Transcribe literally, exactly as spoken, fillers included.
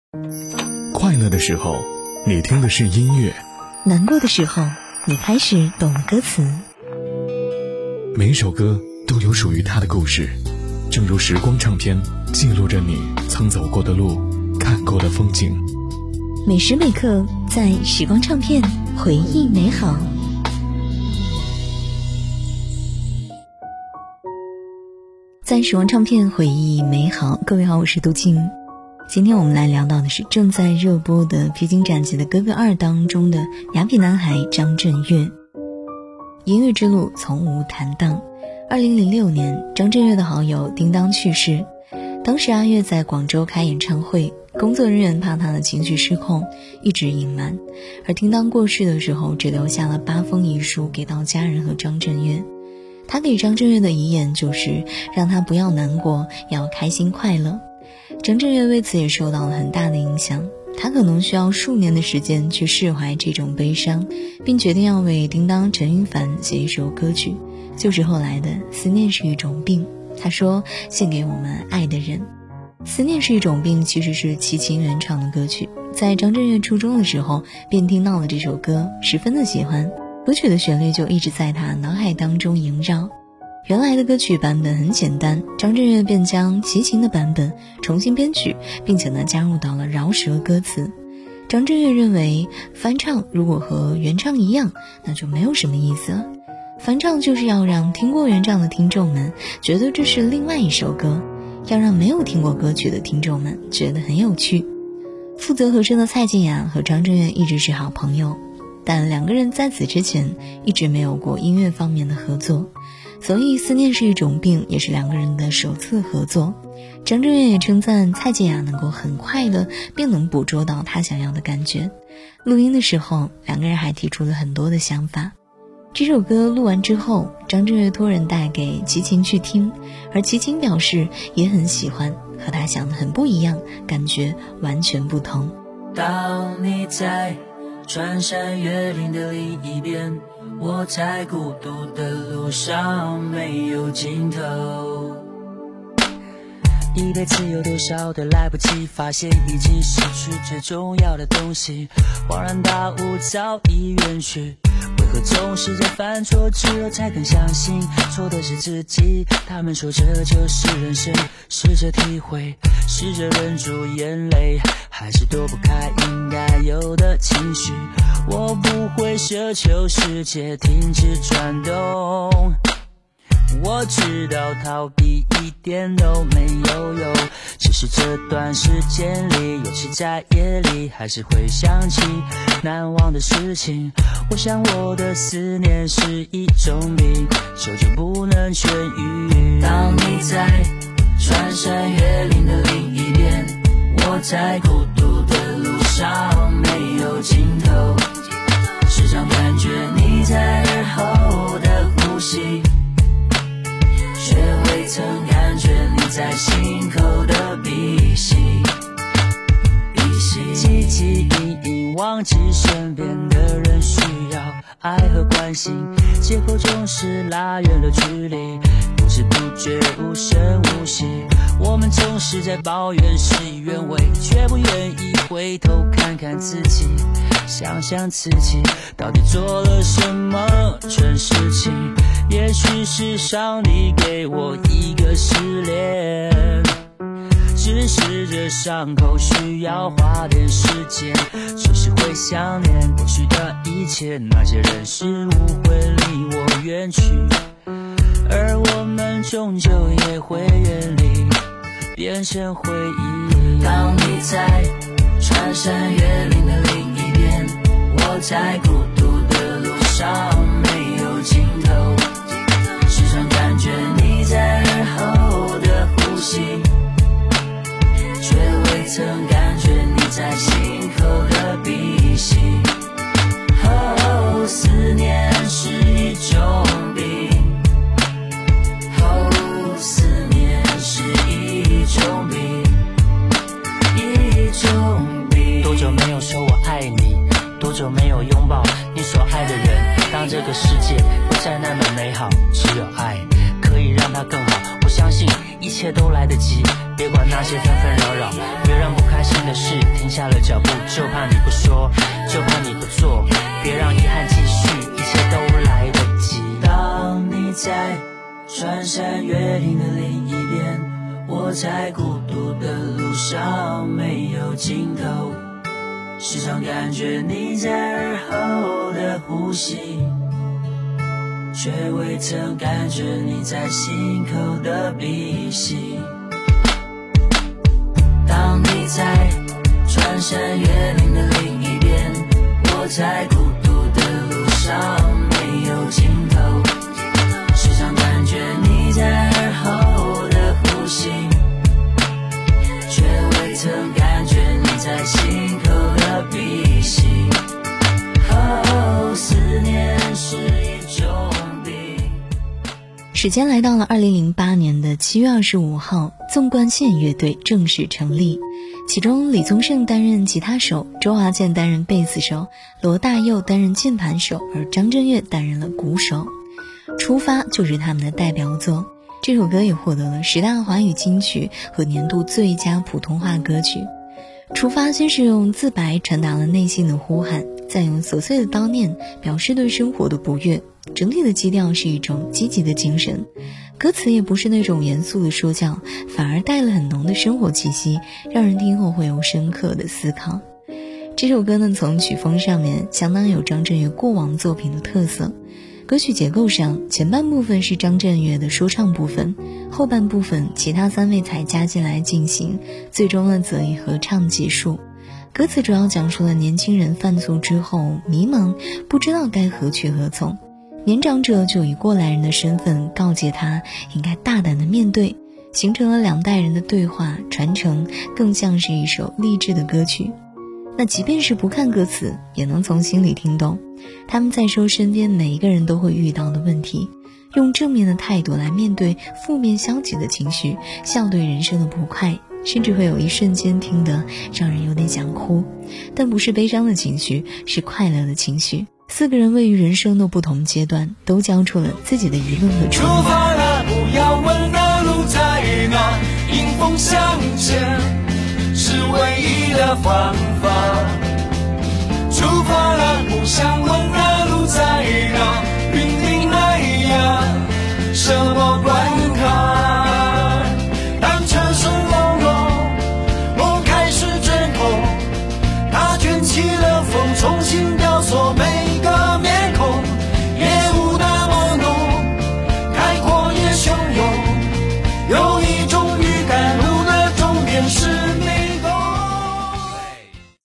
快乐的时候，你听的是音乐； 难过的时候，你开始懂了歌词。 每一首歌都有属于它的故事，正如时光唱片记录着你曾走过的路，看过的风景。 每时每刻在时光唱片，回忆美好。在时光唱片，回忆美好。各位好，我是杜静。今天我们来聊到的是正在热播的《披荆斩棘的哥哥二》当中的雅痞男孩张震岳。音乐之路从无坦荡。二零零六年，张震岳的好友叮当去世。当时阿岳在广州开演唱会，工作人员怕他的情绪失控，一直隐瞒。而叮当过世的时候，只留下了八封遗书给到家人和张震岳。他给张震岳的遗言就是让他不要难过，要开心快乐。张震岳为此也受到了很大的影响，他可能需要数年的时间去释怀这种悲伤，并决定要为叮当陈云凡写一首歌曲，就是后来的《思念是一种病》。他说，献给我们爱的人。思念是一种病其实是齐秦原唱的歌曲，在张震岳初中的时候便听到了这首歌，十分的喜欢，歌曲的旋律就一直在他脑海当中萦绕。原来的歌曲版本很简单，张震岳便将齐秦的版本重新编曲，并且呢加入到了饶舌歌词。张震岳认为翻唱如果和原唱一样，那就没有什么意思了。翻唱就是要让听过原唱的听众们觉得这是另外一首歌，要让没有听过歌曲的听众们觉得很有趣。负责和声的蔡健雅和张震岳一直是好朋友，但两个人在此之前一直没有过音乐方面的合作，所以思念是一种病也是两个人的首次合作。张震岳也称赞蔡健雅能够很快的并能捕捉到他想要的感觉。录音的时候，两个人还提出了很多的想法。这首歌录完之后，张震岳托人带给齐秦去听，而齐秦表示也很喜欢，和他想的很不一样，感觉完全不同。 当你在穿山越岭的另一边，我在孤独的路上没有尽头。一辈子有多少的来不及，发现已经失去最重要的东西，恍然大悟早已远去。为何总是在犯错之后才更相信错的是自己？他们说这就是人生，试着体会，试着忍住眼泪，还是躲不开应该有的情绪。我不会奢求世界停止转动，我知道逃避一点都没有用，只是这段时间里，尤其在夜里，还是会想起难忘的事情。我想我的思念是一种病，久久不能痊愈。当你在穿山越岭的另一边，我在孤独的路上没有尽头，时常感觉你在耳后的呼吸，却未曾感觉你在心口的鼻息。汲汲营营忘记身边的人需要爱和关心，借口总是拉远了距离，不知不觉无声无息。我们总是在抱怨事与愿违，却不愿意回头看看自己，想想自己到底做了什么蠢事情。也许是上帝给我一个试炼，只是这伤口需要花点时间，就是会想念过去的一切，那些人事物会离我远去，而我们终究也会远离，变成回忆。当你在穿山越岭的另一边，我在孤独的路上没有尽头，时常感觉你在耳后的呼吸，却未曾感觉你在心口的鼻息。哦，思念是一种病，哦，思念是一种病，一种病。多久没有说我爱你，多久没有拥抱你所爱的人。当这个世界不再那么美好，只有爱可以让它更好。我相信一切都来得及，别管那些纷纷扰扰，别让不开心的事停下了脚步，就怕你不说，就怕你不做，别让遗憾继续，一切都来得及。当你在穿山越岭的另一边，我在孤独的路上没有尽头，时常感觉你在耳后的呼吸，却未曾感觉你在心口的鼻息。当你在穿山越岭的另一边，我在孤独的路上没有尽头，时常感觉你在耳后的呼吸，却未曾感觉你在心口的鼻息。哦，思念是一种病。 时间来到了二零零八年的七月二十五号，纵贯线乐队正式成立，其中李宗盛担任吉他手，周华健担任贝斯手，罗大佑担任键盘手，而张震岳担任了鼓手。出发就是他们的代表作，这首歌也获得了十大华语金曲和年度最佳普通话歌曲。出发先是用自白传达了内心的呼喊，再用琐碎的叨念表示对生活的不悦，整体的基调是一种积极的精神，歌词也不是那种严肃的说教，反而带了很浓的生活气息，让人听后会有深刻的思考。这首歌呢，从曲风上面相当有张震岳过往作品的特色。歌曲结构上，前半部分是张震岳的说唱部分，后半部分其他三位才加进来进行，最终呢则以合唱结束。歌词主要讲述了年轻人犯错之后迷茫，不知道该何去何从，年长者就以过来人的身份告诫他应该大胆的面对，形成了两代人的对话传承，更像是一首励志的歌曲。那即便是不看歌词，也能从心里听懂他们在说身边每一个人都会遇到的问题，用正面的态度来面对负面消极的情绪，笑对人生的不快，甚至会有一瞬间听得让人有点想哭，但不是悲伤的情绪，是快乐的情绪。四个人位于人生的不同阶段，都交出了自己的疑问和出冲发了，不要问那路在哪，迎风向前是唯一的方法。出发了，不想问那路在哪，云顶海呀，什么关